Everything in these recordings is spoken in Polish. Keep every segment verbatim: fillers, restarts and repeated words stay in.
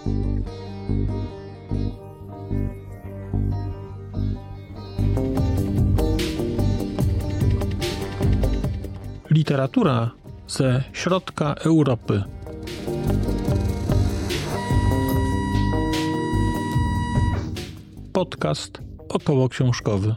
Literatura ze środka Europy. Podcast okołoksiążkowy.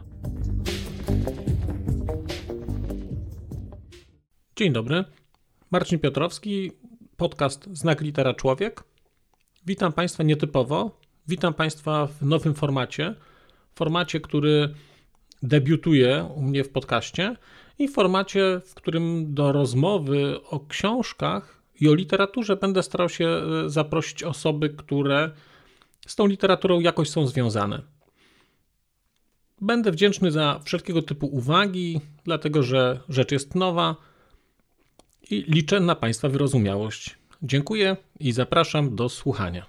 Dzień dobry. Marcin Piotrowski, podcast Znak Litera Człowiek. Witam Państwa nietypowo. Witam Państwa w nowym formacie. Formacie, który debiutuje u mnie w podcaście i w formacie, w którym do rozmowy o książkach i o literaturze będę starał się zaprosić osoby, które z tą literaturą jakoś są związane. Będę wdzięczny za wszelkiego typu uwagi, dlatego że rzecz jest nowa i liczę na Państwa wyrozumiałość. Dziękuję i zapraszam do słuchania.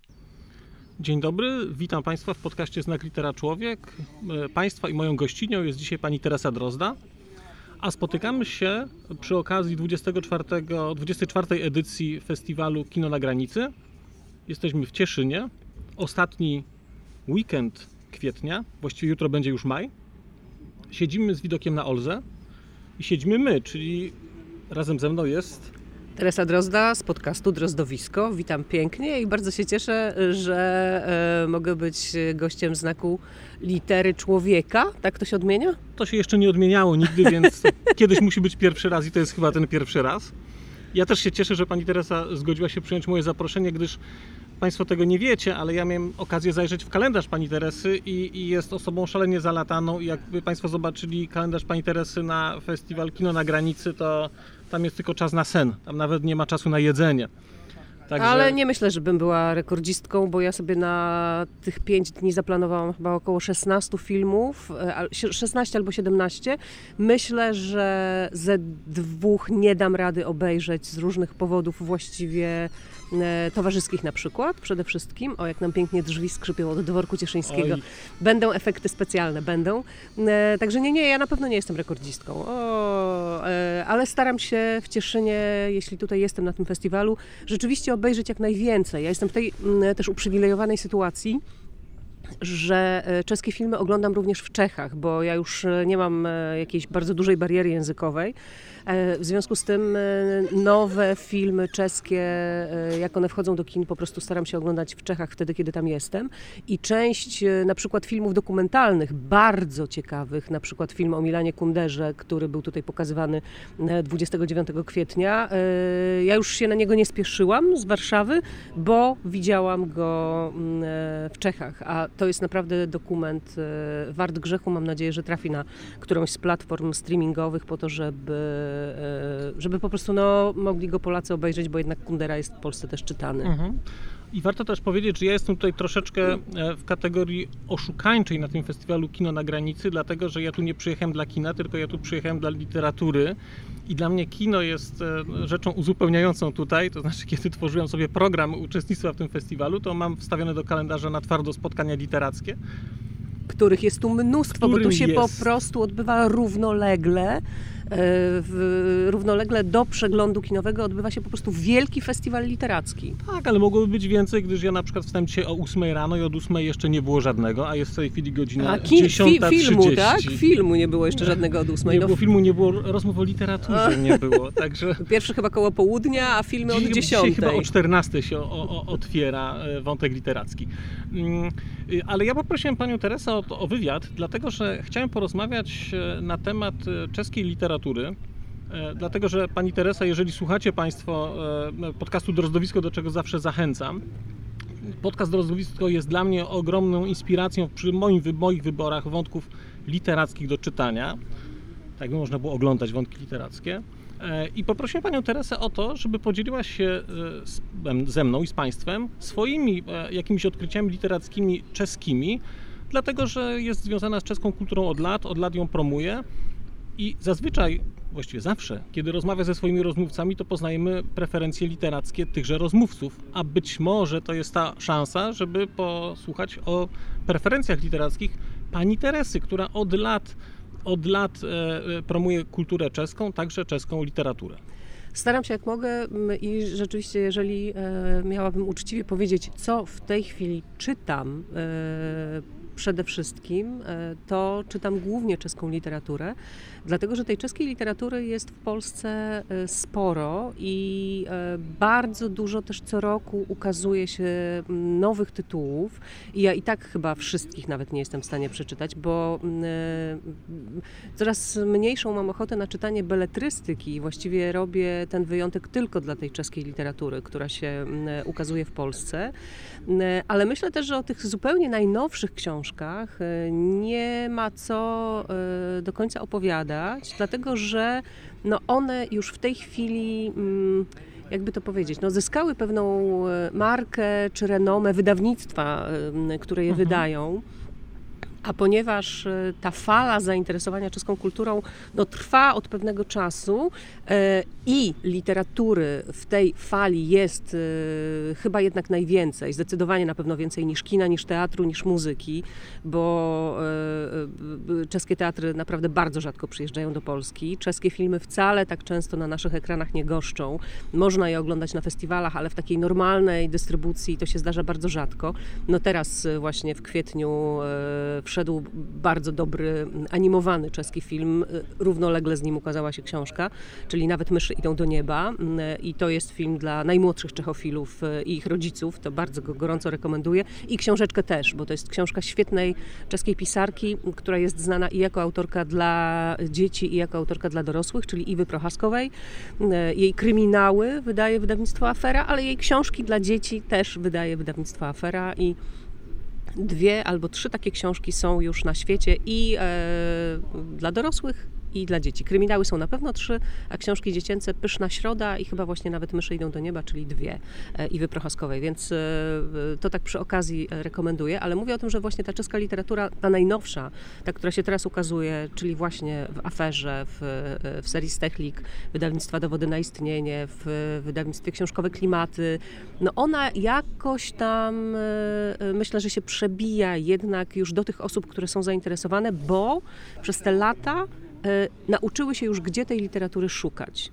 Dzień dobry, witam Państwa w podcaście Znak Litera Człowiek. Państwa i moją gościnią jest dzisiaj pani Teresa Drozda, a spotykamy się przy okazji dwudziestej czwartej edycji festiwalu Kino na Granicy. Jesteśmy w Cieszynie. Ostatni weekend kwietnia, właściwie jutro będzie już maj. Siedzimy z widokiem na Olzę i siedzimy my, czyli razem ze mną jest Teresa Drozda z podcastu Drozdowisko. Witam pięknie i bardzo się cieszę, że e, mogę być gościem Znaku Litery Człowieka. Tak to się odmienia? To się jeszcze nie odmieniało nigdy, więc kiedyś musi być pierwszy raz i to jest chyba ten pierwszy raz. Ja też się cieszę, że pani Teresa zgodziła się przyjąć moje zaproszenie, gdyż Państwo tego nie wiecie, ale ja miałem okazję zajrzeć w kalendarz pani Teresy i, i jest osobą szalenie zalataną. I jakby Państwo zobaczyli kalendarz pani Teresy na festiwal Kino na Granicy, to tam jest tylko czas na sen. Tam nawet nie ma czasu na jedzenie. Także... Ale nie myślę, żebym była rekordzistką, bo ja sobie na tych pięć dni zaplanowałam chyba około szesnaście filmów, szesnaście albo siedemnaście. Myślę, że ze dwóch nie dam rady obejrzeć z różnych powodów właściwie e, towarzyskich na przykład, przede wszystkim. O, jak nam pięknie drzwi skrzypią od dworku cieszyńskiego. Oj. Będą efekty specjalne, będą. E, także nie, nie, ja na pewno nie jestem rekordzistką. O, e, ale staram się w Cieszynie, jeśli tutaj jestem na tym festiwalu, rzeczywiście obejrzeć jak najwięcej. Ja jestem w tej m, też uprzywilejowanej sytuacji, że czeskie filmy oglądam również w Czechach, bo ja już nie mam jakiejś bardzo dużej bariery językowej. W związku z tym nowe filmy czeskie, jak one wchodzą do kin, po prostu staram się oglądać w Czechach wtedy, kiedy tam jestem. I część na przykład filmów dokumentalnych, bardzo ciekawych, na przykład film o Milanie Kunderze, który był tutaj pokazywany dwudziestego dziewiątego kwietnia. Ja już się na niego nie spieszyłam z Warszawy, bo widziałam go w Czechach, a to jest naprawdę dokument wart grzechu. Mam nadzieję, że trafi na którąś z platform streamingowych po to, żeby żeby po prostu no, mogli go Polacy obejrzeć, bo jednak Kundera jest w Polsce też czytany. Mhm. I warto też powiedzieć, że ja jestem tutaj troszeczkę w kategorii oszukańczej na tym festiwalu Kino na Granicy, dlatego że ja tu nie przyjechałem dla kina, tylko ja tu przyjechałem dla literatury. I dla mnie kino jest rzeczą uzupełniającą tutaj, to znaczy kiedy tworzyłem sobie program uczestnictwa w tym festiwalu, to mam wstawione do kalendarza na twardo spotkania literackie. Których jest tu mnóstwo, bo tu się jest. po prostu odbywa równolegle. W, równolegle do przeglądu kinowego odbywa się po prostu wielki festiwal literacki. Tak, ale mogłoby być więcej, gdyż ja na przykład wstałem dzisiaj o ósmej rano i od ósmej jeszcze nie było żadnego, a jest w tej chwili godzina a, ki- dziesiąta trzydzieści. Filmu, tak? Filmu nie było jeszcze żadnego od ósmej. Nie no. było filmu, nie było rozmów o literaturze, nie było, także... Pierwszy chyba koło południa, a filmy od dziesiątej. Dzisiaj chyba o czternastej się o, o, otwiera wątek literacki. Ale ja poprosiłem panią Teresę o, o wywiad, dlatego że chciałem porozmawiać na temat czeskiej literatury. Dlatego, że pani Teresa, jeżeli słuchacie Państwo podcastu Drozdowisko, do czego zawsze zachęcam, podcast Drozdowisko jest dla mnie ogromną inspiracją przy moim, moich wyborach wątków literackich do czytania. Tak by można było oglądać wątki literackie. I poprosiłem panią Teresę o to, żeby podzieliła się z, ze mną i z Państwem swoimi jakimiś odkryciami literackimi czeskimi, dlatego, że jest związana z czeską kulturą od lat, od lat ją promuje. I zazwyczaj, właściwie zawsze, kiedy rozmawia ze swoimi rozmówcami, to poznajemy preferencje literackie tychże rozmówców, a być może to jest ta szansa, żeby posłuchać o preferencjach literackich pani Teresy, która od lat, od lat e, promuje kulturę czeską, także czeską literaturę. Staram się jak mogę i rzeczywiście, jeżeli miałabym uczciwie powiedzieć, co w tej chwili czytam, przede wszystkim, to czytam głównie czeską literaturę, dlatego że tej czeskiej literatury jest w Polsce sporo i bardzo dużo też co roku ukazuje się nowych tytułów i ja i tak chyba wszystkich nawet nie jestem w stanie przeczytać, bo coraz mniejszą mam ochotę na czytanie beletrystyki i właściwie robię ten wyjątek tylko dla tej czeskiej literatury, która się ukazuje w Polsce, ale myślę też, że o tych zupełnie najnowszych książkach nie ma co do końca opowiadać, dlatego że no one już w tej chwili, jakby to powiedzieć, no zyskały pewną markę czy renomę wydawnictwa, które je mhm. wydają. A ponieważ ta fala zainteresowania czeską kulturą no, trwa od pewnego czasu e, i literatury w tej fali jest e, chyba jednak najwięcej, zdecydowanie na pewno więcej niż kina, niż teatru, niż muzyki, bo e, czeskie teatry naprawdę bardzo rzadko przyjeżdżają do Polski. Czeskie filmy wcale tak często na naszych ekranach nie goszczą. Można je oglądać na festiwalach, ale w takiej normalnej dystrybucji to się zdarza bardzo rzadko. No teraz właśnie w kwietniu e, wszedł bardzo dobry, animowany czeski film. Równolegle z nim ukazała się książka, czyli Nawet myszy idą do nieba. I to jest film dla najmłodszych czechofilów i ich rodziców. To bardzo go gorąco rekomenduję. I książeczkę też, bo to jest książka świetnej czeskiej pisarki, która jest znana i jako autorka dla dzieci, i jako autorka dla dorosłych, czyli Iwy Prochaskowej. Jej kryminały wydaje wydawnictwo Afera, ale jej książki dla dzieci też wydaje wydawnictwo Afera i dwie albo trzy takie książki są już na świecie i e, dla dorosłych, i dla dzieci. Kryminały są na pewno trzy, a książki dziecięce Pyszna Środa i chyba właśnie Nawet myszy idą do nieba, czyli dwie e, Iwy Prochaskowej, więc e, to tak przy okazji rekomenduję, ale mówię o tym, że właśnie ta czeska literatura, ta najnowsza, ta, która się teraz ukazuje, czyli właśnie w Aferze, w, w serii Stechlik, wydawnictwa Dowody na istnienie, w wydawnictwie Książkowe Klimaty, no ona jakoś tam e, myślę, że się przebija jednak już do tych osób, które są zainteresowane, bo przez te lata nauczyły się już, gdzie tej literatury szukać.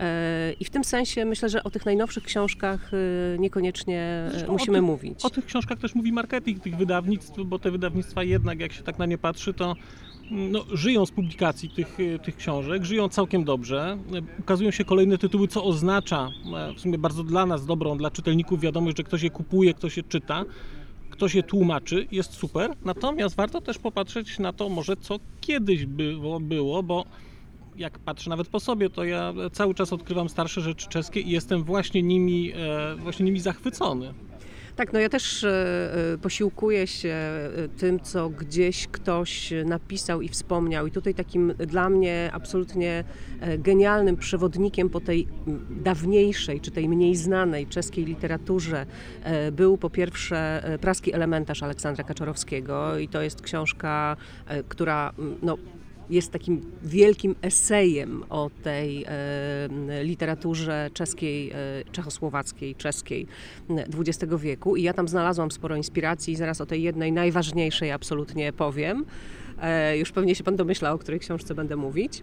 I w tym sensie myślę, że o tych najnowszych książkach niekoniecznie Zresztą musimy o mówić. O tych książkach też mówi marketing tych wydawnictw, bo te wydawnictwa jednak, jak się tak na nie patrzy, to no, żyją z publikacji tych, tych książek, żyją całkiem dobrze. Ukazują się kolejne tytuły, co oznacza w sumie bardzo dla nas dobrą, dla czytelników wiadomość, że ktoś je kupuje, ktoś je czyta. Ktoś je tłumaczy, jest super, natomiast warto też popatrzeć na to może co kiedyś było, było, bo jak patrzę nawet po sobie, to ja cały czas odkrywam starsze rzeczy czeskie i jestem właśnie nimi, właśnie nimi zachwycony. Tak, no ja też posiłkuję się tym, co gdzieś ktoś napisał i wspomniał i tutaj takim dla mnie absolutnie genialnym przewodnikiem po tej dawniejszej, czy tej mniej znanej czeskiej literaturze był po pierwsze Praski elementarz Aleksandra Kaczorowskiego i to jest książka, która no, jest takim wielkim esejem o tej e, literaturze czeskiej, e, czechosłowackiej, czeskiej dwudziestego wieku i ja tam znalazłam sporo inspiracji i zaraz o tej jednej najważniejszej absolutnie powiem. E, już pewnie się pan domyśla, o której książce będę mówić,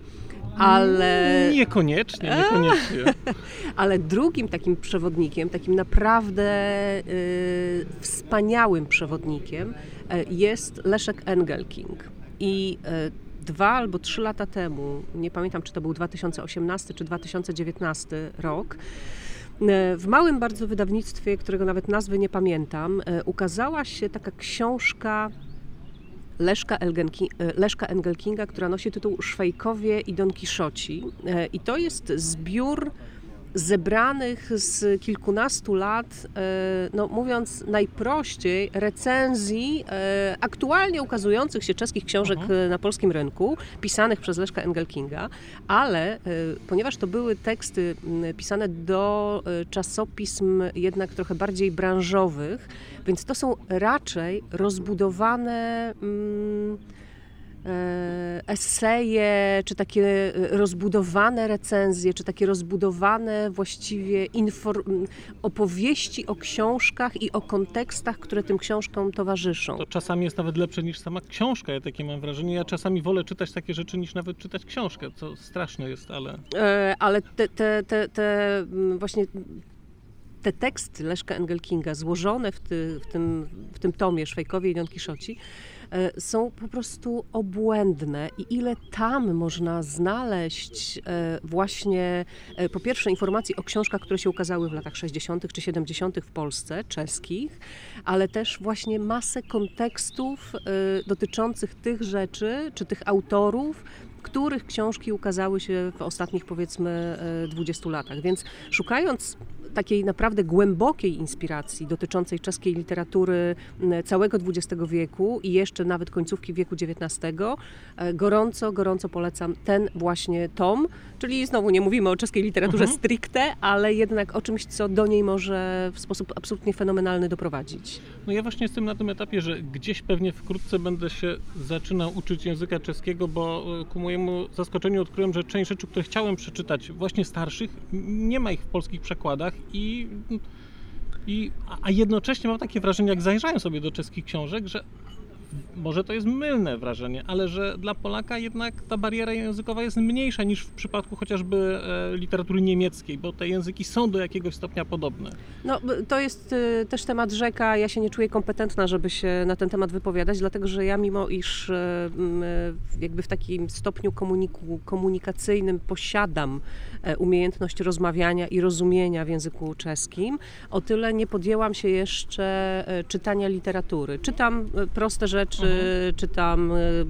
ale... Niekoniecznie, niekoniecznie. Ale drugim takim przewodnikiem, takim naprawdę y, wspaniałym przewodnikiem y, jest Leszek Engelking i y, Dwa albo trzy lata temu, nie pamiętam, czy to był dwa tysiące osiemnasty czy dwa tysiące dziewiętnasty rok, w małym bardzo wydawnictwie, którego nawet nazwy nie pamiętam, ukazała się taka książka Leszka, Elgenki, Leszka Engelkinga, która nosi tytuł Szwejkowie i Don Kiszoci. I to jest zbiór zebranych z kilkunastu lat, no mówiąc najprościej, recenzji aktualnie ukazujących się czeskich książek uh-huh. na polskim rynku, pisanych przez Leszka Engelkinga, ale ponieważ to były teksty pisane do czasopism jednak trochę bardziej branżowych, więc to są raczej rozbudowane eseje, czy takie rozbudowane recenzje, czy takie rozbudowane właściwie inform- opowieści o książkach i o kontekstach, które tym książkom towarzyszą. To czasami jest nawet lepsze niż sama książka, ja takie mam wrażenie. Ja czasami wolę czytać takie rzeczy, niż nawet czytać książkę, co straszne jest, ale... Ale te, te, te, te właśnie... Te teksty Leszka Engelkinga złożone w, ty, w, tym, w tym tomie Szwajkowie i Don Kiszoci e, są po prostu obłędne i ile tam można znaleźć e, właśnie e, po pierwsze informacji o książkach, które się ukazały w latach sześćdziesiątych czy siedemdziesiątych w Polsce, czeskich, ale też właśnie masę kontekstów e, dotyczących tych rzeczy czy tych autorów, których książki ukazały się w ostatnich, powiedzmy, dwudziestu latach. Więc szukając takiej naprawdę głębokiej inspiracji dotyczącej czeskiej literatury całego dwudziestego wieku i jeszcze nawet końcówki wieku dziewiętnastego, gorąco, gorąco polecam ten właśnie tom, czyli znowu nie mówimy o czeskiej literaturze mhm. stricte, ale jednak o czymś, co do niej może w sposób absolutnie fenomenalny doprowadzić. No ja właśnie jestem na tym etapie, że gdzieś pewnie wkrótce będę się zaczynał uczyć języka czeskiego, bo ku mojemu zaskoczeniu odkryłem, że część rzeczy, które chciałem przeczytać, właśnie starszych, nie ma ich w polskich przekładach i, i a jednocześnie mam takie wrażenie, jak zajrzałem sobie do czeskich książek, że może to jest mylne wrażenie, ale że dla Polaka jednak ta bariera językowa jest mniejsza niż w przypadku chociażby e, literatury niemieckiej, bo te języki są do jakiegoś stopnia podobne. No, to jest y, też temat rzeka. Ja się nie czuję kompetentna, żeby się na ten temat wypowiadać, dlatego że ja mimo iż y, y, jakby w takim stopniu komuniku, komunikacyjnym posiadam y, umiejętność rozmawiania i rozumienia w języku czeskim, o tyle nie podjęłam się jeszcze y, czytania literatury. Czytam y, proste rzeczy, Mhm. czytam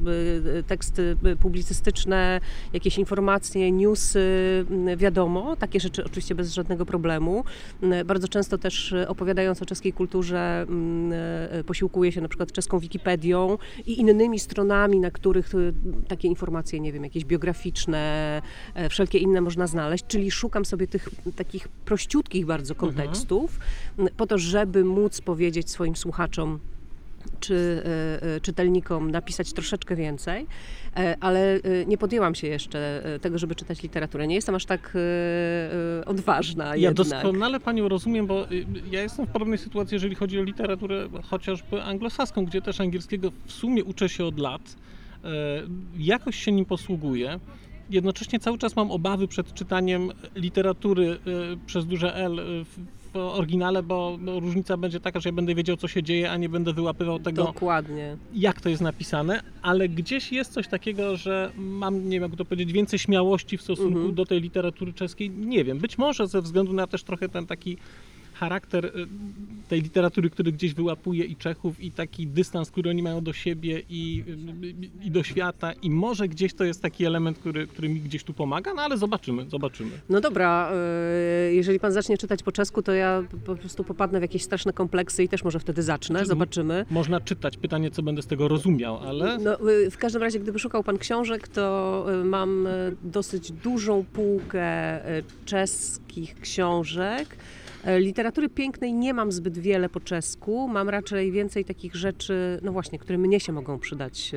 teksty publicystyczne, jakieś informacje, newsy, wiadomo, takie rzeczy oczywiście bez żadnego problemu. Bardzo często też opowiadając o czeskiej kulturze posiłkuję się na przykład czeską Wikipedią i innymi stronami, na których takie informacje, nie wiem, jakieś biograficzne, wszelkie inne można znaleźć, czyli szukam sobie tych takich prościutkich bardzo kontekstów, mhm. po to, żeby móc powiedzieć swoim słuchaczom, czy y, czytelnikom napisać troszeczkę więcej, y, ale y, nie podjęłam się jeszcze y, tego, żeby czytać literaturę. Nie jestem aż tak y, y, odważna Ja jednak. doskonale Panią rozumiem, bo y, ja jestem w podobnej sytuacji, jeżeli chodzi o literaturę chociażby anglosaską, gdzie też angielskiego w sumie uczę się od lat. Y, jakoś się nim posługuję. Jednocześnie cały czas mam obawy przed czytaniem literatury y, przez duże L y, w, w oryginale, bo, bo różnica będzie taka, że ja będę wiedział, co się dzieje, a nie będę wyłapywał tego, Dokładnie. jak to jest napisane, ale gdzieś jest coś takiego, że mam, nie wiem jak to powiedzieć, więcej śmiałości w stosunku mhm. do tej literatury czeskiej. Nie wiem, być może ze względu na też trochę ten taki charakter tej literatury, który gdzieś wyłapuje i Czechów, i taki dystans, który oni mają do siebie i, i do świata, i może gdzieś to jest taki element, który, który mi gdzieś tu pomaga, no ale zobaczymy, zobaczymy. No dobra, jeżeli pan zacznie czytać po czesku, to ja po prostu popadnę w jakieś straszne kompleksy i też może wtedy zacznę, Czyli zobaczymy. Można czytać, pytanie, co będę z tego rozumiał, ale... No, w każdym razie, gdyby szukał pan książek, to mam dosyć dużą półkę czeskich książek. Literatury pięknej nie mam zbyt wiele po czesku, mam raczej więcej takich rzeczy, no właśnie, które mnie się mogą przydać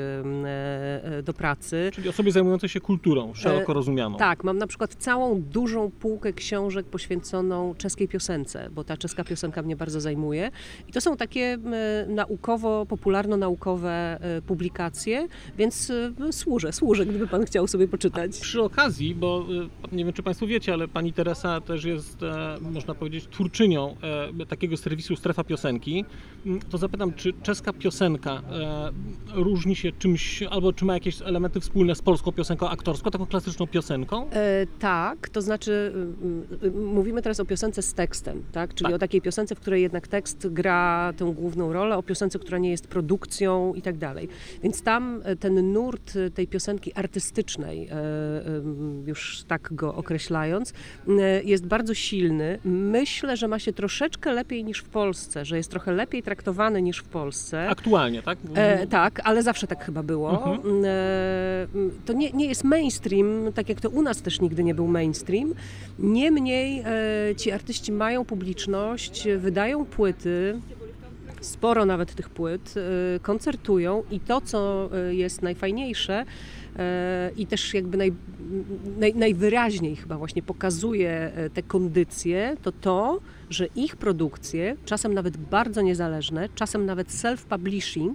do pracy. Czyli osoby zajmujące się kulturą, szeroko rozumianą. E, tak, mam na przykład całą dużą półkę książek poświęconą czeskiej piosence, bo ta czeska piosenka mnie bardzo zajmuje. I to są takie naukowo, popularno-naukowe publikacje, więc służę, służę, gdyby pan chciał sobie poczytać. A przy okazji, bo nie wiem, czy państwo wiecie, ale pani Teresa też jest, można powiedzieć, twórczynią e, takiego serwisu Strefa Piosenki, to zapytam, czy czeska piosenka e, różni się czymś, albo czy ma jakieś elementy wspólne z polską piosenką aktorską, taką klasyczną piosenką? E, tak, to znaczy y, y, mówimy teraz o piosence z tekstem, tak? Czyli tak. o takiej piosence, w której jednak tekst gra tę główną rolę, o piosence, która nie jest produkcją i tak dalej. Więc tam ten nurt tej piosenki artystycznej, e, e, już tak go określając, e, jest bardzo silny. Myślę, że ma się troszeczkę lepiej niż w Polsce, że jest trochę lepiej traktowany niż w Polsce. Aktualnie, tak? E, tak, ale zawsze tak chyba było. Mhm. E, to nie, nie jest mainstream, tak jak to u nas też nigdy nie był mainstream. Niemniej e, ci artyści mają publiczność, wydają płyty, sporo nawet tych płyt, koncertują i to, co jest najfajniejsze i też jakby naj, naj, najwyraźniej chyba właśnie pokazuje te kondycje, to to, że ich produkcje, czasem nawet bardzo niezależne, czasem nawet self-publishing,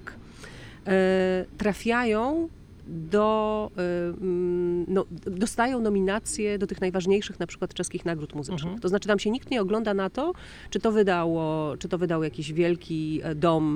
trafiają do, no, dostają nominacje do tych najważniejszych na przykład czeskich nagród muzycznych. Mhm. To znaczy tam się nikt nie ogląda na to, czy to wydało, czy to wydał jakiś wielki dom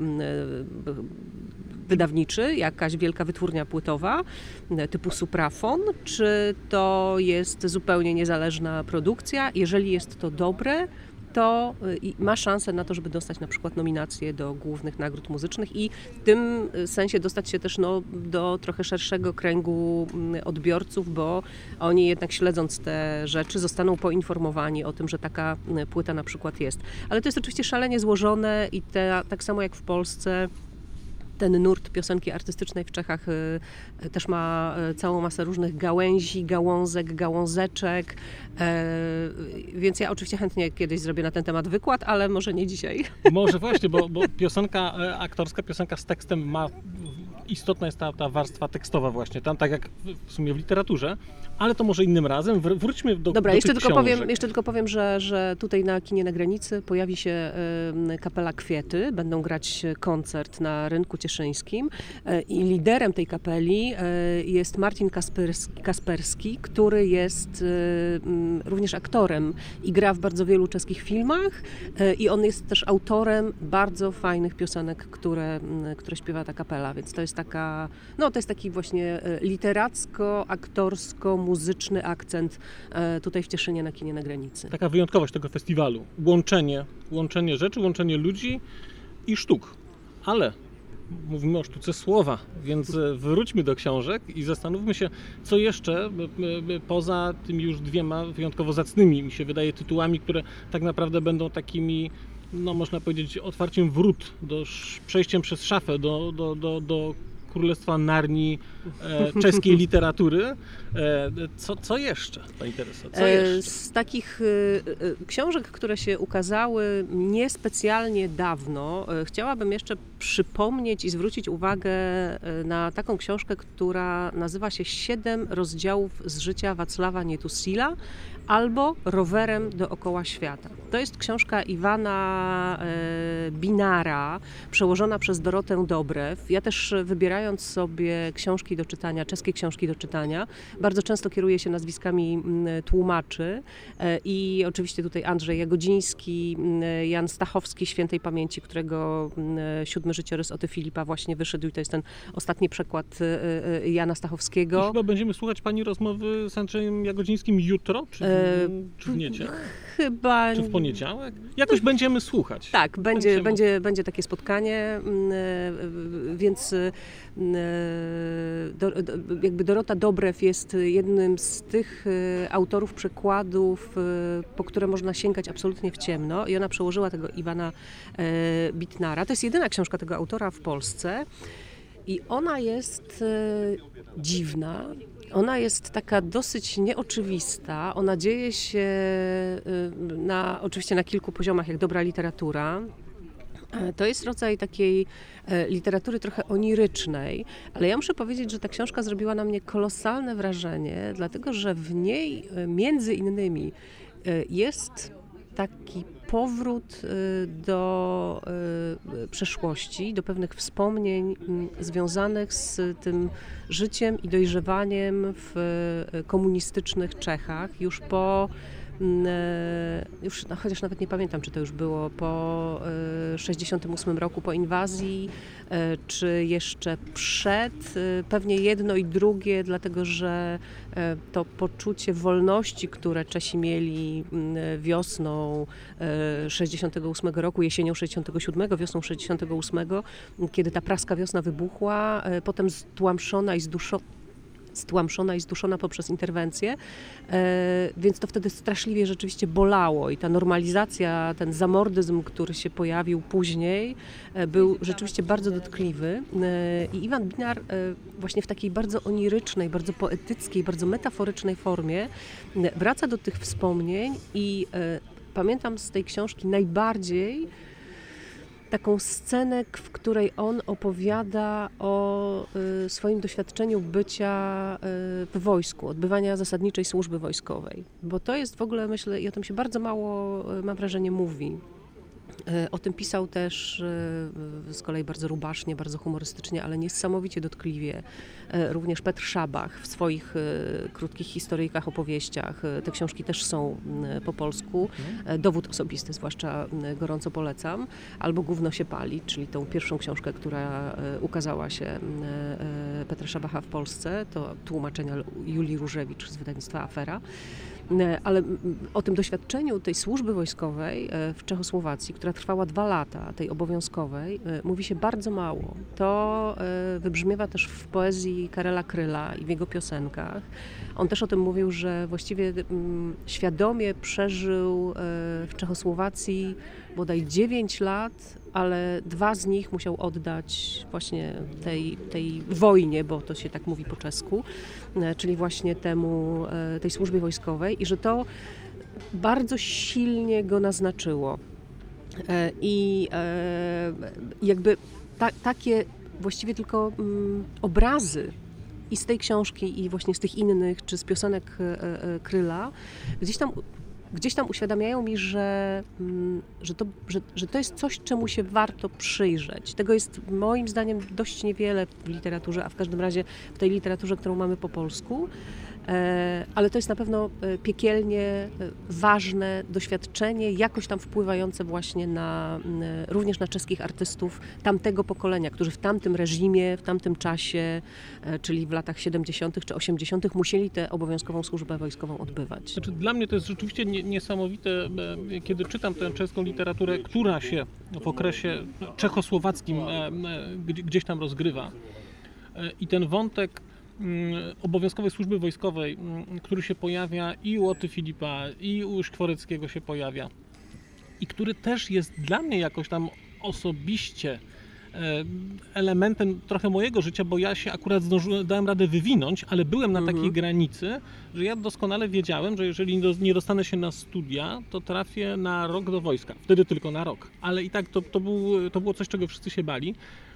wydawniczy, jakaś wielka wytwórnia płytowa typu Suprafon, czy to jest zupełnie niezależna produkcja. Jeżeli jest to dobre, to ma szansę na to, żeby dostać na przykład nominację do głównych nagród muzycznych i w tym sensie dostać się też no, do trochę szerszego kręgu odbiorców, bo oni jednak śledząc te rzeczy zostaną poinformowani o tym, że taka płyta na przykład jest. Ale to jest oczywiście szalenie złożone i te, tak samo jak w Polsce, ten nurt piosenki artystycznej w Czechach y, też ma całą masę różnych gałęzi, gałązek, gałązeczek, y, więc ja oczywiście chętnie kiedyś zrobię na ten temat wykład, ale może nie dzisiaj. Może właśnie, bo, bo piosenka aktorska, piosenka z tekstem ma, istotna jest ta, ta warstwa tekstowa właśnie, tam tak jak w sumie w literaturze, ale to może innym razem. Wróćmy do Dobra, do jeszcze, tych tylko powiem, książek. jeszcze tylko powiem, że, że tutaj na Kinie na Granicy pojawi się y, kapela Kwiety, będą grać koncert na Rynku Cieszyńskim y, i liderem tej kapeli y, jest Marcin Kasperski, Kasperski który jest y, y, również aktorem i gra w bardzo wielu czeskich filmach y, i on jest też autorem bardzo fajnych piosenek, które, y, które śpiewa ta kapela, więc to jest taka, no to jest taki właśnie literacko-aktorsko-muzyczny akcent y, tutaj w Cieszynie na Kinie na Granicy. Taka wyjątkowość tego festiwalu. Łączenie, łączenie rzeczy, łączenie ludzi i sztuk. Ale mówimy o sztuce słowa, więc wróćmy do książek i zastanówmy się, co jeszcze poza tymi już dwiema wyjątkowo zacnymi, mi się wydaje, tytułami, które tak naprawdę będą takimi, no można powiedzieć, otwarciem wrót, do, przejściem przez szafę do, do, do, do Królestwa Narni e, czeskiej literatury. E, co, co jeszcze, Pani Tereso? Co jeszcze? Z takich e, książek, które się ukazały niespecjalnie dawno, e, chciałabym jeszcze przypomnieć i zwrócić uwagę na taką książkę, która nazywa się Siedem rozdziałów z życia Wacława Nietusila albo Rowerem dookoła świata. To jest książka Iwana e, Binara, przełożona przez Dorotę Dobrew. Ja też wybierając sobie książki do czytania, czeskie książki do czytania, bardzo często kieruję się nazwiskami tłumaczy e, i oczywiście tutaj Andrzej Jagodziński, Jan Stachowski świętej pamięci, którego e, siódmy życiorys Oty Filipa właśnie wyszedł i to jest ten ostatni przekład e, Jana Stachowskiego. I chyba będziemy słuchać Pani rozmowy z Andrzejem Jagodzińskim jutro, czy, e, czy w niedzielę? Chyba... Czy w poniedziałek? Jakoś będziemy słuchać. Tak, będzie, będziemy... będzie, będzie takie spotkanie, więc do, do, jakby Dorota Dobrew jest jednym z tych autorów przekładów, po które można sięgać absolutnie w ciemno i ona przełożyła tego Iwana Bitnara. To jest jedyna książka tego autora w Polsce i ona jest dziwna. Ona jest taka dosyć nieoczywista. Ona dzieje się na, oczywiście na kilku poziomach, jak dobra literatura. To jest rodzaj takiej literatury trochę onirycznej, ale ja muszę powiedzieć, że ta książka zrobiła na mnie kolosalne wrażenie, dlatego że w niej między innymi jest taki powrót do przeszłości, do pewnych wspomnień związanych z tym życiem i dojrzewaniem w komunistycznych Czechach już po już, no, chociaż nawet nie pamiętam, czy to już było po sześćdziesiątym ósmym roku, po inwazji, czy jeszcze przed. Pewnie jedno i drugie, dlatego że to poczucie wolności, które Czesi mieli wiosną sześćdziesiątego ósmego roku, jesienią sześćdziesiątego siódmego, wiosną sześćdziesiątego ósmego, kiedy ta praska wiosna wybuchła, potem stłamszona i zduszona, stłamszona i zduszona poprzez interwencję, e, więc to wtedy straszliwie rzeczywiście bolało i ta normalizacja, ten zamordyzm, który się pojawił później, e, był rzeczywiście bardzo dotkliwy e, i Iwan Binar e, właśnie w takiej bardzo onirycznej, bardzo poetyckiej, bardzo metaforycznej formie e, wraca do tych wspomnień i e, pamiętam z tej książki najbardziej taką scenę, w której on opowiada o y, swoim doświadczeniu bycia y, w wojsku, odbywania zasadniczej służby wojskowej. Bo to jest w ogóle, myślę, i o tym się bardzo mało, y, mam wrażenie, mówi. O tym pisał też z kolei bardzo rubasznie, bardzo humorystycznie, ale niesamowicie dotkliwie również Petr Szabach w swoich krótkich historyjkach, opowieściach. Te książki też są po polsku. Dowód osobisty zwłaszcza gorąco polecam. Albo Gówno się pali, czyli tą pierwszą książkę, która ukazała się Petra Szabacha w Polsce. To tłumaczenia Julii Różewicz z wydawnictwa Afera. Ale o tym doświadczeniu tej służby wojskowej w Czechosłowacji, która trwała dwa lata, tej obowiązkowej, mówi się bardzo mało. To wybrzmiewa też w poezji Karela Kryla i w jego piosenkach. On też o tym mówił, że właściwie świadomie przeżył w Czechosłowacji bodaj dziewięć lat, ale dwa z nich musiał oddać właśnie tej, tej wojnie, bo to się tak mówi po czesku, czyli właśnie temu, tej służbie wojskowej i że to bardzo silnie go naznaczyło. I jakby ta, takie właściwie tylko obrazy i z tej książki i właśnie z tych innych, czy z piosenek Kryla, gdzieś tam Gdzieś tam uświadamiają mi, że, że, to, że, że to jest coś, czemu się warto przyjrzeć. Tego jest moim zdaniem dość niewiele w literaturze, a w każdym razie w tej literaturze, którą mamy po polsku. Ale to jest na pewno piekielnie ważne doświadczenie, jakoś tam wpływające właśnie na, również na czeskich artystów tamtego pokolenia, którzy w tamtym reżimie, w tamtym czasie, czyli w latach siedemdziesiątych czy osiemdziesiątych musieli tę obowiązkową służbę wojskową odbywać. Znaczy, dla mnie to jest rzeczywiście niesamowite, kiedy czytam tę czeską literaturę, która się w okresie czechosłowackim gdzieś tam rozgrywa i ten wątek obowiązkowej służby wojskowej, który się pojawia i u Oty Filipa, i u Szkworeckiego się pojawia i który też jest dla mnie jakoś tam osobiście elementem trochę mojego życia, bo ja się akurat zdążyłem, dałem radę wywinąć, ale byłem na mhm. takiej granicy, że ja doskonale wiedziałem, że jeżeli nie dostanę się na studia, to trafię na rok do wojska. Wtedy tylko na rok. Ale i tak to, to, był, to było coś, czego wszyscy się bali.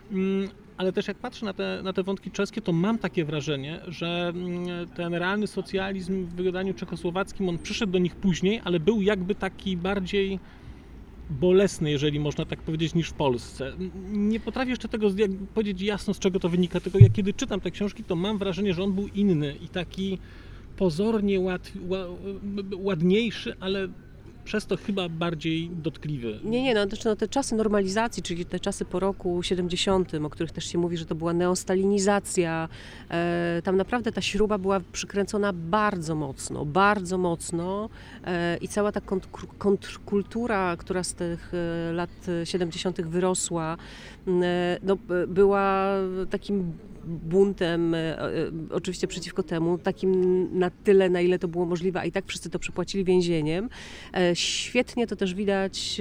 Ale też jak patrzę na te, na te wątki czeskie, to mam takie wrażenie, że ten realny socjalizm w wydaniu czechosłowackim, on przyszedł do nich później, ale był jakby taki bardziej bolesny, jeżeli można tak powiedzieć, niż w Polsce. Nie potrafię jeszcze tego powiedzieć jasno, z czego to wynika, tylko ja kiedy czytam te książki, to mam wrażenie, że on był inny i taki pozornie ład, ładniejszy, ale przez to chyba bardziej dotkliwy. Nie, nie, no, znaczy, no te czasy normalizacji, czyli te czasy po roku siedemdziesiątym, o których też się mówi, że to była neostalinizacja, e, tam naprawdę ta śruba była przykręcona bardzo mocno, bardzo mocno e, i cała ta kontr, kontrkultura, która z tych e, lat siedemdziesiątych wyrosła, e, no, była takim buntem, oczywiście przeciwko temu, takim na tyle, na ile to było możliwe, a i tak wszyscy to przypłacili więzieniem. Świetnie to też widać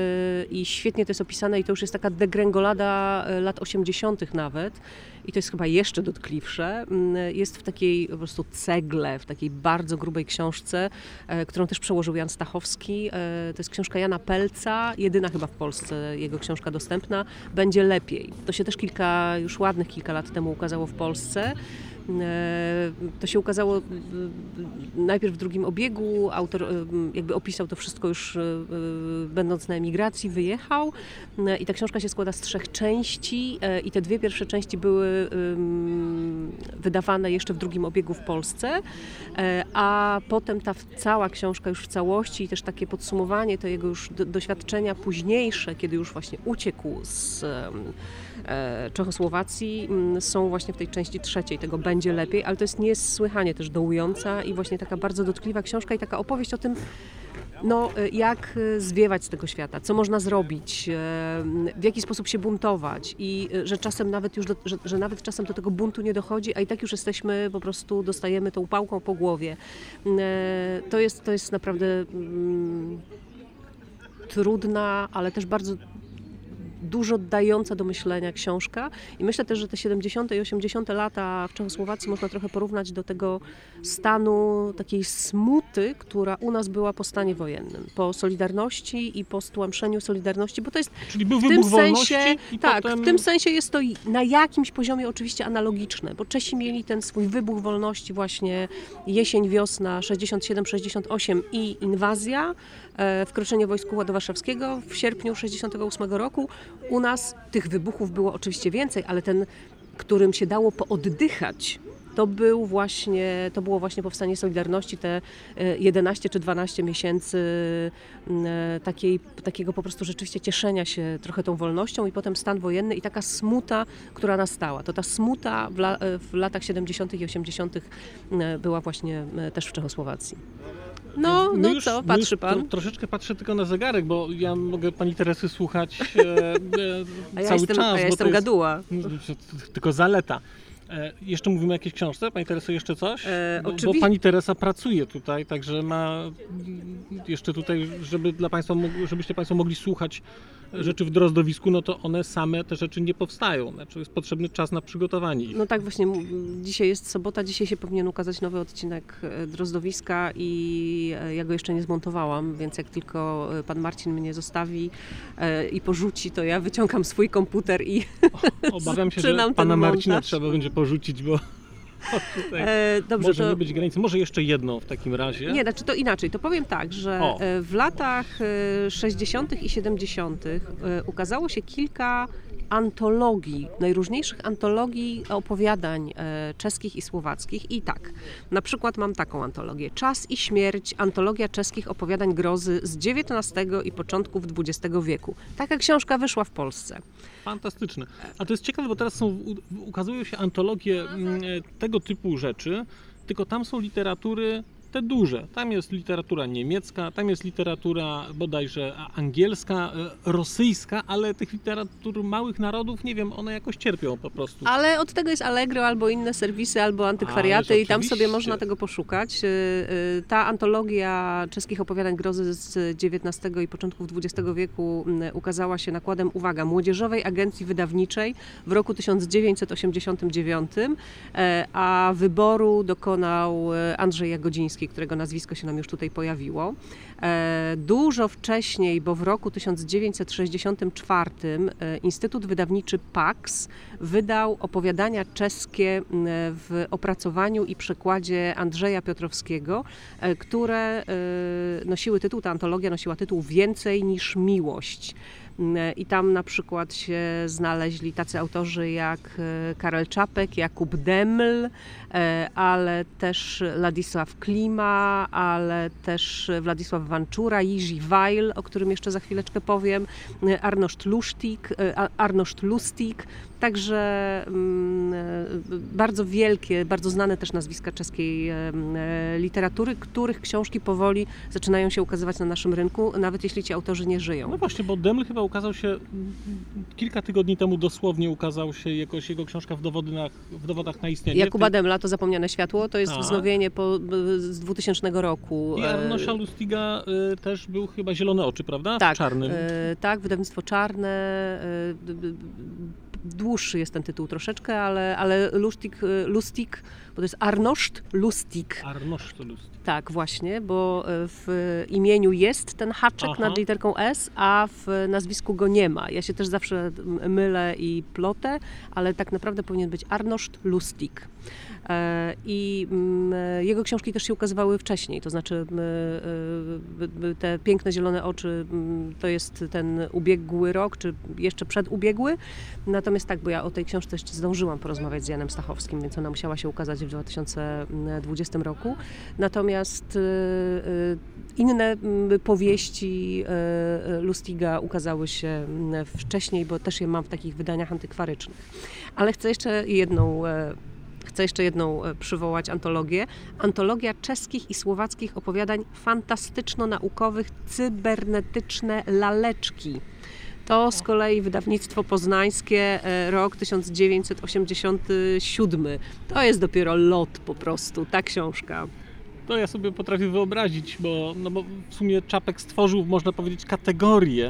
i świetnie to jest opisane i to już jest taka degrengolada lat osiemdziesiątych nawet i to jest chyba jeszcze dotkliwsze. Jest w takiej po prostu cegle, w takiej bardzo grubej książce, którą też przełożył Jan Stachowski. To jest książka Jana Pelca, jedyna chyba w Polsce jego książka dostępna, Będzie lepiej. To się też kilka, już ładnych kilka lat temu ukazało w Polsce. To się ukazało najpierw w drugim obiegu, autor jakby opisał to wszystko już będąc na emigracji, wyjechał i ta książka się składa z trzech części i te dwie pierwsze części były wydawane jeszcze w drugim obiegu w Polsce, a potem ta cała książka już w całości i też takie podsumowanie to jego już doświadczenia późniejsze, kiedy już właśnie uciekł z Czechosłowacji, są właśnie w tej części trzeciej, tego Będzie lepiej, ale to jest niesłychanie też dołująca i właśnie taka bardzo dotkliwa książka i taka opowieść o tym, no, jak zwiewać z tego świata, co można zrobić, w jaki sposób się buntować i że czasem nawet już, do, że, że nawet czasem do tego buntu nie dochodzi, a i tak już jesteśmy, po prostu dostajemy tą pałką po głowie. To jest, to jest naprawdę mm, trudna, ale też bardzo dużo dająca do myślenia książka i myślę też, że te siedemdziesiąte i osiemdziesiąte lata w Czechosłowacji można trochę porównać do tego stanu takiej smuty, która u nas była po stanie wojennym, po Solidarności i po stłamszeniu Solidarności, bo to jest Czyli był w tym wybuch sensie, wolności i tak, potem... w tym sensie jest to na jakimś poziomie oczywiście analogiczne, bo Czesi mieli ten swój wybuch wolności właśnie jesień, wiosna sześćdziesiąt siedem sześćdziesiąt osiem i inwazja, e, wkroczenie wojsk do Warszawskiego w sierpniu sześćdziesiątego ósmego roku. U nas tych wybuchów było oczywiście więcej, ale ten, którym się dało pooddychać, to, był właśnie, to było właśnie powstanie Solidarności, te jedenaście czy dwanaście miesięcy takiej, takiego po prostu rzeczywiście cieszenia się trochę tą wolnością i potem stan wojenny i taka smuta, która nastała. To ta smuta w, la, w latach siedemdziesiątych i osiemdziesiątych była właśnie też w Czechosłowacji. No, no już, co, patrzy pan? Tro, troszeczkę patrzę tylko na zegarek, bo ja mogę pani Teresy słuchać e, e, a ja cały jestem, czas. A ja bo jestem to gaduła. Jest tylko zaleta. E, jeszcze mówimy o jakiejś książce? Pani Tereso, jeszcze coś? E, bo, oczywiście. bo pani Teresa pracuje tutaj, także ma jeszcze tutaj, żeby dla państwa, żebyście państwo mogli słuchać rzeczy w drozdowisku, no to one same, te rzeczy nie powstają. Znaczy jest potrzebny czas na przygotowanie ich. No tak, właśnie dzisiaj jest sobota, dzisiaj się powinien ukazać nowy odcinek Drozdowiska i ja go jeszcze nie zmontowałam, więc jak tylko pan Marcin mnie zostawi i porzuci, to ja wyciągam swój komputer i obawiam się, że pana Marcina trzeba będzie porzucić, bo tutaj e, dobrze, może to... nie być granicy. Może jeszcze jedną w takim razie. Nie, znaczy to inaczej. To powiem tak, że o. w latach sześćdziesiątych i siedemdziesiątych ukazało się kilka antologii, najróżniejszych antologii opowiadań e, czeskich i słowackich. I tak, na przykład mam taką antologię. Czas i śmierć, antologia czeskich opowiadań grozy z dziewiętnastego i początków dwudziestego wieku. Taka książka wyszła w Polsce. Fantastyczne. A to jest ciekawe, bo teraz są, ukazują się antologie tego typu rzeczy, tylko tam są literatury te duże. Tam jest literatura niemiecka, tam jest literatura bodajże angielska, rosyjska, ale tych literatur małych narodów, nie wiem, one jakoś cierpią po prostu. Ale od tego jest Allegro, albo inne serwisy, albo antykwariaty i tam sobie można tego poszukać. Ta antologia czeskich opowiadań grozy z dziewiętnastego i początków dwudziestego wieku ukazała się nakładem, uwaga, Młodzieżowej Agencji Wydawniczej w roku tysiąc dziewięćset osiemdziesiątym dziewiątym, a wyboru dokonał Andrzej Jagodziński, którego nazwisko się nam już tutaj pojawiło. Dużo wcześniej, bo w roku tysiąc dziewięćset sześćdziesiątym czwartym Instytut Wydawniczy Pax wydał opowiadania czeskie w opracowaniu i przekładzie Andrzeja Piotrowskiego, które nosiły tytuł, ta antologia nosiła tytuł Więcej niż miłość. I tam na przykład się znaleźli tacy autorzy jak Karel Czapek, Jakub Deml, ale też Ladisław Klima, ale też Władysław Wanczura, Jiří Weil, o którym jeszcze za chwileczkę powiem, Arnošt Lustig, Arnošt Lustig. Także bardzo wielkie, bardzo znane też nazwiska czeskiej literatury, których książki powoli zaczynają się ukazywać na naszym rynku, nawet jeśli ci autorzy nie żyją. No właśnie, bo Deml chyba ukazał się kilka tygodni temu, dosłownie ukazał się jakoś jego książka w, dowodach, w dowodach na istnienie. Jakuba Demla, to Zapomniane światło, to jest tak. wznowienie po, z dwutysięcznego roku. I Arnoša Lustiga y, też był chyba Zielone oczy, prawda? Tak, w czarnym. Y, tak, wydawnictwo czarne. Y, Dłuższy jest ten tytuł troszeczkę, ale, ale Lustig, Lustig, bo to jest Arnošt Lustig. Arnošt Lustig. Tak, właśnie, bo w imieniu jest ten haczek Aha. nad literką S, a w nazwisku go nie ma. Ja się też zawsze mylę i plotę, ale tak naprawdę powinien być Arnošt Lustig. I jego książki też się ukazywały wcześniej, to znaczy te Piękne zielone oczy to jest ten ubiegły rok, czy jeszcze przedubiegły. Natomiast tak, bo ja o tej książce jeszcze zdążyłam porozmawiać z Janem Stachowskim, więc ona musiała się ukazać w dwa tysiące dwudziestym roku. Natomiast inne powieści Lustiga ukazały się wcześniej, bo też je mam w takich wydaniach antykwarycznych. Ale chcę jeszcze jedną Chcę jeszcze jedną przywołać antologię. Antologia czeskich i słowackich opowiadań fantastyczno-naukowych Cybernetyczne laleczki. To z kolei wydawnictwo poznańskie, rok tysiąc dziewięćset osiemdziesiąty siódmy. To jest dopiero lot po prostu, ta książka. To ja sobie potrafię wyobrazić, bo, no bo w sumie Czapek stworzył, można powiedzieć, kategorię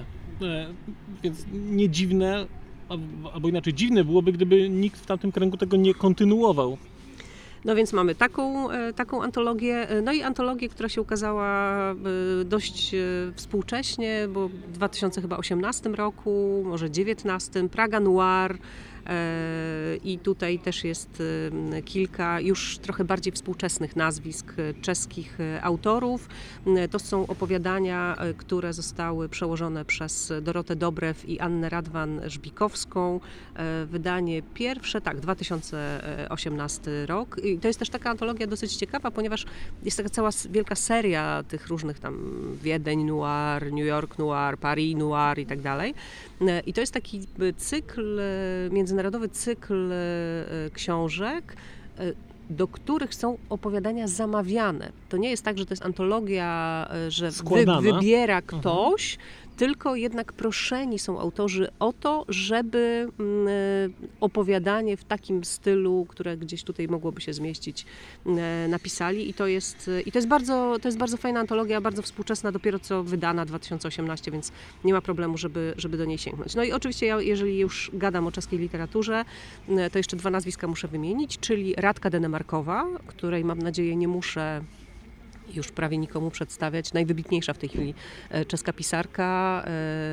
Więc nie dziwne, albo inaczej dziwne byłoby, gdyby nikt w tamtym kręgu tego nie kontynuował. No więc mamy taką, taką antologię, no i antologię, która się ukazała dość współcześnie, bo w dwa tysiące osiemnastym roku, może dziewiętnastym, Praga Noir. I tutaj też jest kilka już trochę bardziej współczesnych nazwisk czeskich autorów. To są opowiadania, które zostały przełożone przez Dorotę Dobrew i Annę Radwan-Żbikowską. Wydanie pierwsze, tak, dwa tysiące osiemnasty rok. I to jest też taka antologia dosyć ciekawa, ponieważ jest taka cała wielka seria tych różnych tam Wiedeń Noir, New York Noir, Paris Noir i tak dalej. I to jest taki cykl, międzynarodowy cykl książek, do których są opowiadania zamawiane. To nie jest tak, że to jest antologia, że wy, wybiera ktoś, mhm. tylko jednak proszeni są autorzy o to, żeby opowiadanie w takim stylu, które gdzieś tutaj mogłoby się zmieścić, napisali. I to jest, i to jest, bardzo, to jest bardzo fajna antologia, bardzo współczesna, dopiero co wydana dwa tysiące osiemnasty, więc nie ma problemu, żeby, żeby do niej sięgnąć. No i oczywiście ja, jeżeli już gadam o czeskiej literaturze, to jeszcze dwa nazwiska muszę wymienić, czyli Radka Denemarkowa, której mam nadzieję nie muszę już prawie nikomu przedstawiać. Najwybitniejsza w tej chwili czeska pisarka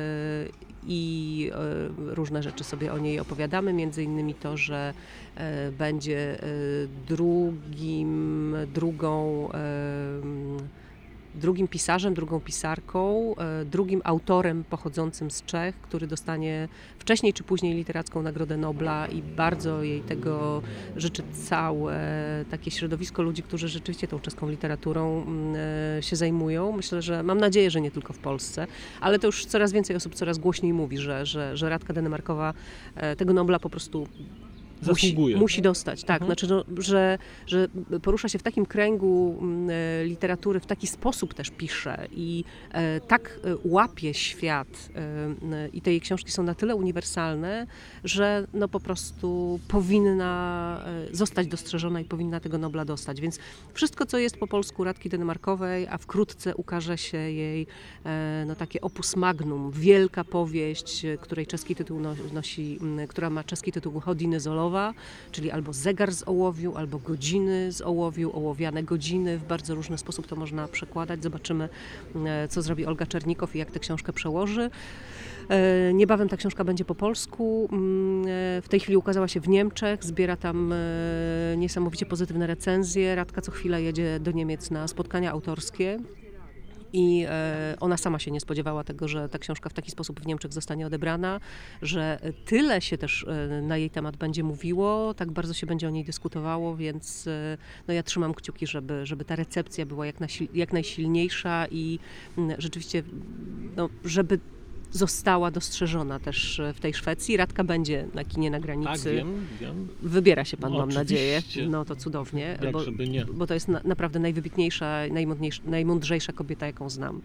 i różne rzeczy sobie o niej opowiadamy, między innymi to, że będzie drugim, drugą drugim pisarzem, drugą pisarką, drugim autorem pochodzącym z Czech, który dostanie wcześniej czy później literacką Nagrodę Nobla i bardzo jej tego życzy całe takie środowisko ludzi, którzy rzeczywiście tą czeską literaturą się zajmują. Myślę, że mam nadzieję, że nie tylko w Polsce, ale to już coraz więcej osób coraz głośniej mówi, że, że, że Radka Denemarkowa tego Nobla po prostu Musi, musi dostać, tak. Mhm. Znaczy, no, że, że porusza się w takim kręgu e, literatury, w taki sposób też pisze i e, tak e, łapie świat e, i te jej książki są na tyle uniwersalne, że no po prostu powinna e, zostać dostrzeżona i powinna tego Nobla dostać. Więc wszystko, co jest po polsku Radki Denemarkowej, a wkrótce ukaże się jej e, no, takie opus magnum, wielka powieść, której czeski tytuł nosi, która ma czeski tytuł Hodiny Zolowe, czyli albo zegar z ołowiu, albo godziny z ołowiu, ołowiane godziny. W bardzo różny sposób to można przekładać. Zobaczymy, co zrobi Olga Czernikow i jak tę książkę przełoży. Niebawem ta książka będzie po polsku. W tej chwili ukazała się w Niemczech, zbiera tam niesamowicie pozytywne recenzje. Radka co chwilę jedzie do Niemiec na spotkania autorskie. I ona sama się nie spodziewała tego, że ta książka w taki sposób w Niemczech zostanie odebrana, że tyle się też na jej temat będzie mówiło, tak bardzo się będzie o niej dyskutowało, więc no ja trzymam kciuki, żeby, żeby ta recepcja była jak, nasil, jak najsilniejsza i rzeczywiście, no, żeby została dostrzeżona też w tej Szwecji. Radka będzie na kinie na granicy. Tak, wiem, wiem. Wybiera się pan, no, mam oczywiście. nadzieję. No to cudownie, Jak bo, żeby nie. bo to jest na, naprawdę najwybitniejsza, najmądrzejsza kobieta, jaką znam.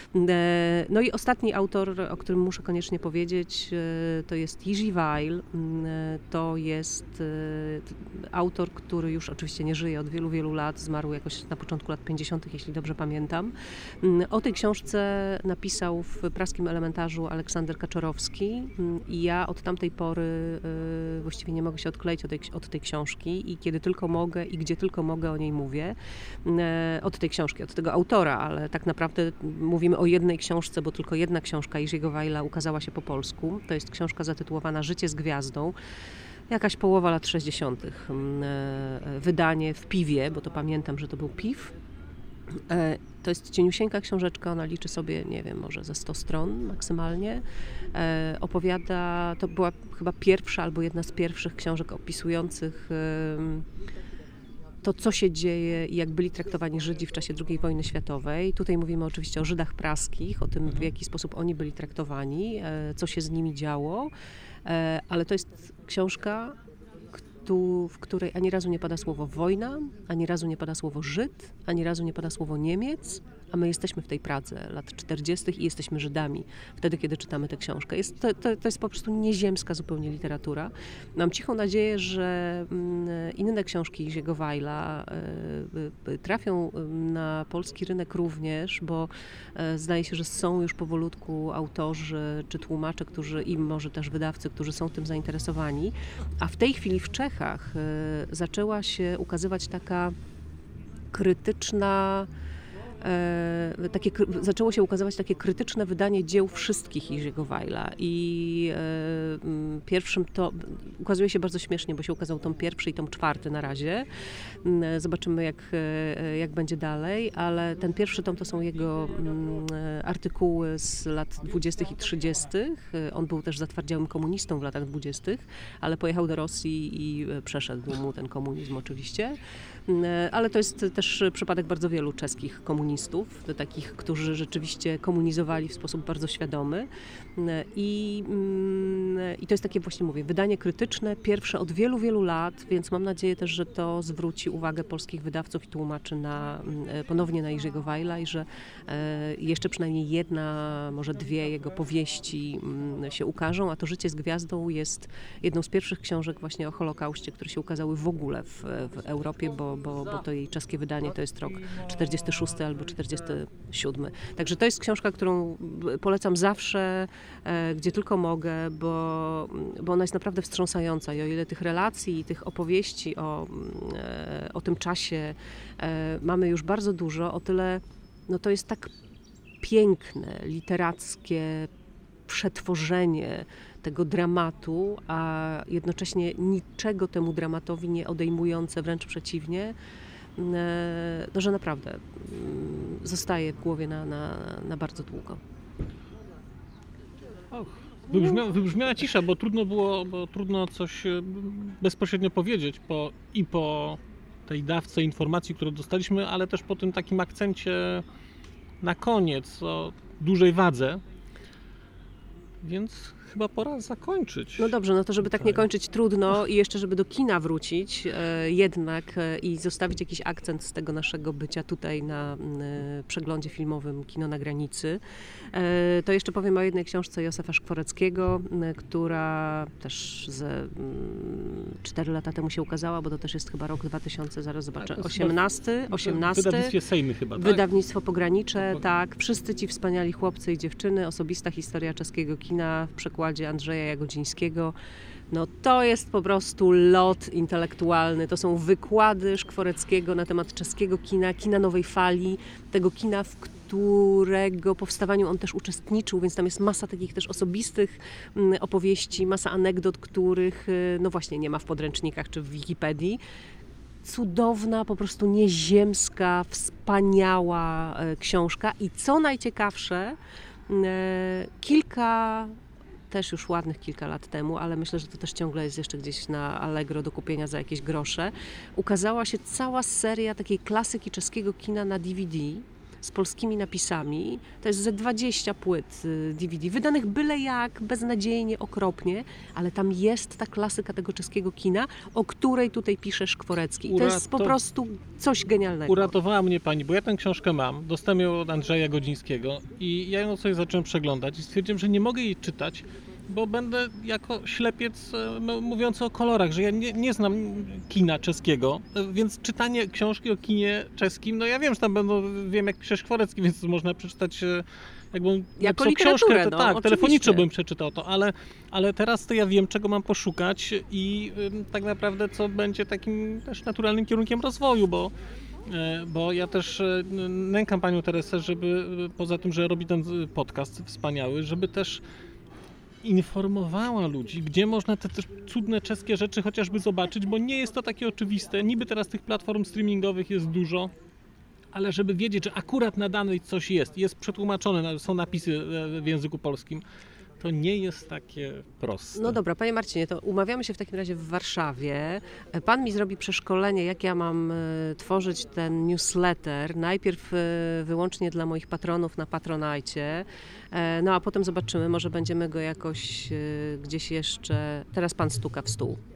No i ostatni autor, o którym muszę koniecznie powiedzieć, to jest Jiří Weil. To jest autor, który już oczywiście nie żyje od wielu, wielu lat. Zmarł jakoś na początku lat pięćdziesiątych, jeśli dobrze pamiętam. O tej książce napisał w praskim elementarzu Aleksander Kaczorowski i ja od tamtej pory właściwie nie mogę się odkleić od tej, od tej książki i kiedy tylko mogę i gdzie tylko mogę o niej mówię. Od tej książki, od tego autora, ale tak naprawdę mówimy o jednej książce, bo tylko jedna książka Jiřího Weila ukazała się po polsku. To jest książka zatytułowana Życie z gwiazdą. Jakaś połowa lat sześćdziesiątych. Wydanie w Piwie, bo to pamiętam, że to był Piw. To jest cieniusieńka książeczka, ona liczy sobie, nie wiem, może ze sto stron maksymalnie. Opowiada, to była chyba pierwsza albo jedna z pierwszych książek opisujących to, co się dzieje i jak byli traktowani Żydzi w czasie drugiej wojny światowej. Tutaj mówimy oczywiście o Żydach praskich, o tym, w jaki sposób oni byli traktowani, co się z nimi działo, ale to jest książka, ktu, w której ani razu nie pada słowo wojna, ani razu nie pada słowo Żyd, ani razu nie pada słowo Niemiec, a my jesteśmy w tej Pradze lat czterdziestych i jesteśmy Żydami wtedy, kiedy czytamy tę książkę. Jest, to, to, to jest po prostu nieziemska zupełnie literatura. Mam cichą nadzieję, że inne książki Jerzego Weila trafią na polski rynek również, bo zdaje się, że są już powolutku autorzy czy tłumacze, którzy i może też wydawcy, którzy są tym zainteresowani. A w tej chwili w Czechach zaczęła się ukazywać taka krytyczna E, takie, zaczęło się ukazywać takie krytyczne wydanie dzieł wszystkich Jerzego Weila i e, pierwszym to ukazuje się bardzo śmiesznie, bo się ukazał tom pierwszy i tom czwarty na razie. E, zobaczymy jak, e, jak będzie dalej, ale ten pierwszy tom to są jego e, artykuły z lat dwudziestych i trzydziestych. E, on był też zatwardziałym komunistą w latach dwudziestych, ale pojechał do Rosji i przeszedł mu ten komunizm oczywiście. Ale to jest też przypadek bardzo wielu czeskich komunistów, takich, którzy rzeczywiście komunizowali w sposób bardzo świadomy. I, i to jest takie właśnie, mówię, wydanie krytyczne, pierwsze od wielu, wielu lat, więc mam nadzieję też, że to zwróci uwagę polskich wydawców i tłumaczy na, ponownie na Jerzego Weila i że jeszcze przynajmniej jedna, może dwie jego powieści się ukażą, a to Życie z gwiazdą jest jedną z pierwszych książek właśnie o Holokauście, które się ukazały w ogóle w, w Europie, bo Bo, bo to jej czeskie wydanie to jest rok czterdziesty szósty albo czterdziesty siódmy. Także to jest książka, którą polecam zawsze, e, gdzie tylko mogę, bo, bo ona jest naprawdę wstrząsająca i o ile tych relacji i tych opowieści o, e, o tym czasie e, mamy już bardzo dużo, o tyle no to jest tak piękne, literackie przetworzenie tego dramatu, a jednocześnie niczego temu dramatowi nie odejmujące, wręcz przeciwnie, no, że naprawdę zostaje w głowie na, na, na bardzo długo. Och, wybrzmia, wybrzmiała cisza, bo trudno było, bo trudno coś bezpośrednio powiedzieć po, i po tej dawce informacji, którą dostaliśmy, ale też po tym takim akcencie na koniec o dużej wadze, więc chyba pora zakończyć. No dobrze, no to żeby tak nie kończyć trudno i jeszcze żeby do kina wrócić e, jednak e, i zostawić jakiś akcent z tego naszego bycia tutaj na e, przeglądzie filmowym Kino na granicy, e, to jeszcze powiem o jednej książce Józefa Szkworeckiego, e, która też ze cztery lata temu się ukazała, bo to też jest chyba rok dwa tysiące, zaraz zobaczę, osiemnasty, osiemnasty. W wydawnictwie Sejmy chyba, tak? Wydawnictwo Pogranicze, tak. Wszyscy ci wspaniali chłopcy i dziewczyny, osobista historia czeskiego kina w przekładzie Andrzeja Jagodzińskiego. No to jest po prostu lot intelektualny. To są wykłady Szkworeckiego na temat czeskiego kina, kina nowej fali, tego kina, w którego powstawaniu on też uczestniczył, więc tam jest masa takich też osobistych opowieści, masa anegdot, których no właśnie nie ma w podręcznikach czy w Wikipedii. Cudowna, po prostu nieziemska, wspaniała książka i co najciekawsze, kilka też już ładnych kilka lat temu, ale myślę, że to też ciągle jest jeszcze gdzieś na Allegro do kupienia za jakieś grosze, ukazała się cała seria takiej klasyki czeskiego kina na D V D z polskimi napisami. To jest ze dwadzieścia płyt D V D, wydanych byle jak, beznadziejnie, okropnie, ale tam jest ta klasyka tego czeskiego kina, o której tutaj pisze Szkworecki. I to jest po prostu coś genialnego. Uratowała mnie pani, bo ja tę książkę mam, dostałem ją od Andrzeja Jagodzińskiego i ja ją sobie zacząłem przeglądać i stwierdziłem, że nie mogę jej czytać, bo będę jako ślepiec mówiący o kolorach, że ja nie, nie znam kina czeskiego, więc czytanie książki o kinie czeskim, no ja wiem, że tam będą, wiem jak pisze Szkworecki, więc można przeczytać, jakbym jako napisał książkę, to no, tak, oczywiście. telefonicznie bym przeczytał to, ale, ale teraz to ja wiem, czego mam poszukać i y, tak naprawdę co będzie takim też naturalnym kierunkiem rozwoju, bo Bo ja też nękam panią Teresę, żeby poza tym, że robi ten podcast wspaniały, żeby też informowała ludzi, gdzie można te też cudne czeskie rzeczy chociażby zobaczyć, bo nie jest to takie oczywiste. Niby teraz tych platform streamingowych jest dużo, ale żeby wiedzieć, że akurat na danej coś jest, jest przetłumaczone, są napisy w języku polskim, to nie jest takie proste. No dobra, panie Marcinie, to umawiamy się w takim razie w Warszawie. Pan mi zrobi przeszkolenie, jak ja mam y, tworzyć ten newsletter. Najpierw y, wyłącznie dla moich patronów na Patronajcie, y, no a potem zobaczymy, może będziemy go jakoś y, gdzieś jeszcze... Teraz pan stuka w stół.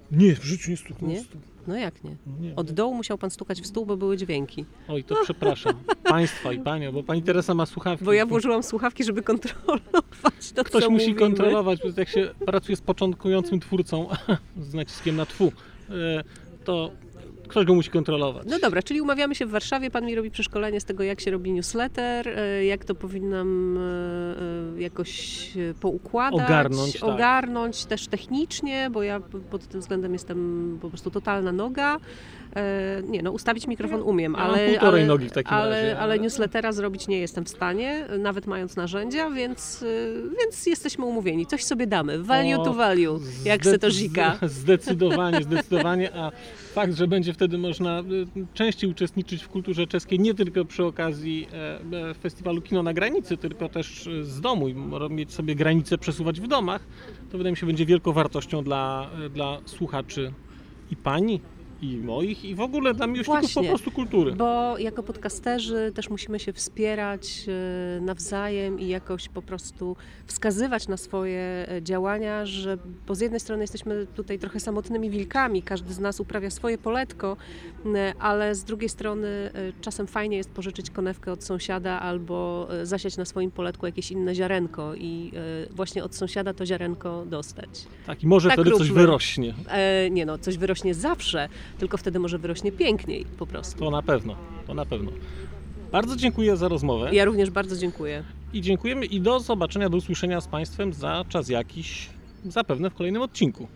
Nie, w życiu nie stuknął Nie? w stół. No jak nie? Nie, Od dołu musiał pan stukać w stół, bo były dźwięki. Oj, to przepraszam Państwa i Panią, bo Pani Teresa ma słuchawki. Bo ja włożyłam słuchawki, żeby kontrolować to, Ktoś co musi mówimy. kontrolować, bo jak się pracuje z początkującym twórcą z naciskiem na tfu, to ktoś go musi kontrolować. No dobra, czyli umawiamy się w Warszawie, pan mi robi przeszkolenie z tego, jak się robi newsletter, e, jak to powinnam e, e, jakoś poukładać, Ogarnąć, tak. ogarnąć też technicznie, bo ja p- pod tym względem jestem po prostu totalna noga. E, Nie no, ustawić mikrofon umiem, Ja mam ale, półtorej ale, nogi w takim ale, razie, ale- ale newslettera zrobić nie jestem w stanie, nawet mając narzędzia, więc, e, więc jesteśmy umówieni. Coś sobie damy, value O, to value, jak Zde- se to zika. z- Zdecydowanie, zdecydowanie, a fakt, że będzie wtedy można y, częściej uczestniczyć w kulturze czeskiej, nie tylko przy okazji e, e, festiwalu Kino na Granicy, tylko też e, z domu i mo- mieć sobie granicę przesuwać w domach, to wydaje mi się będzie wielką wartością dla, e, dla słuchaczy i Pani, i moich, i w ogóle dla miłośników Właśnie. po prostu kultury. Bo jako podcasterzy też musimy się wspierać e, nawzajem i jakoś po prostu wskazywać na swoje e, działania, że bo z jednej strony jesteśmy tutaj trochę samotnymi wilkami, każdy z nas uprawia swoje poletko, e, ale z drugiej strony e, czasem fajnie jest pożyczyć konewkę od sąsiada albo e, zasiać na swoim poletku jakieś inne ziarenko i e, właśnie od sąsiada to ziarenko dostać. Tak, i może Tak wtedy coś róbmy. wyrośnie. E, nie no, coś wyrośnie zawsze, tylko wtedy może wyrośnie piękniej po prostu. To na pewno, to na pewno. Bardzo dziękuję za rozmowę. Ja również bardzo dziękuję. I dziękujemy i do zobaczenia, do usłyszenia z Państwem za czas jakiś, zapewne w kolejnym odcinku.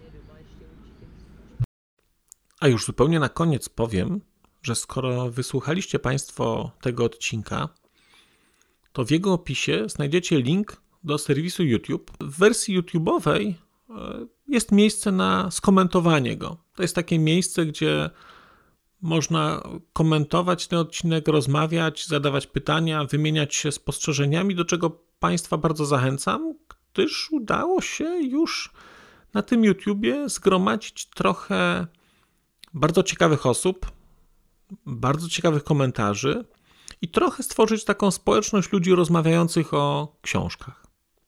A już zupełnie na koniec powiem, że skoro wysłuchaliście Państwo tego odcinka, to w jego opisie znajdziecie link do serwisu YouTube. W wersji YouTube'owej e, jest miejsce na skomentowanie go. To jest takie miejsce, gdzie można komentować ten odcinek, rozmawiać, zadawać pytania, wymieniać się spostrzeżeniami, do czego Państwa bardzo zachęcam, gdyż udało się już na tym YouTubie zgromadzić trochę bardzo ciekawych osób, bardzo ciekawych komentarzy i trochę stworzyć taką społeczność ludzi rozmawiających o książkach.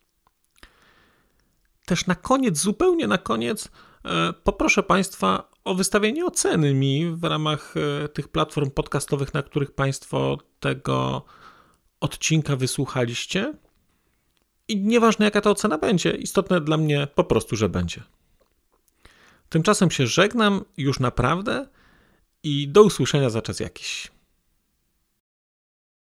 Też na koniec, zupełnie na koniec, e, poproszę Państwa o wystawienie oceny mi w ramach e, tych platform podcastowych, na których Państwo tego odcinka wysłuchaliście. I nieważne jaka ta ocena będzie, istotne dla mnie po prostu, że będzie. Tymczasem się żegnam już naprawdę i do usłyszenia za czas jakiś.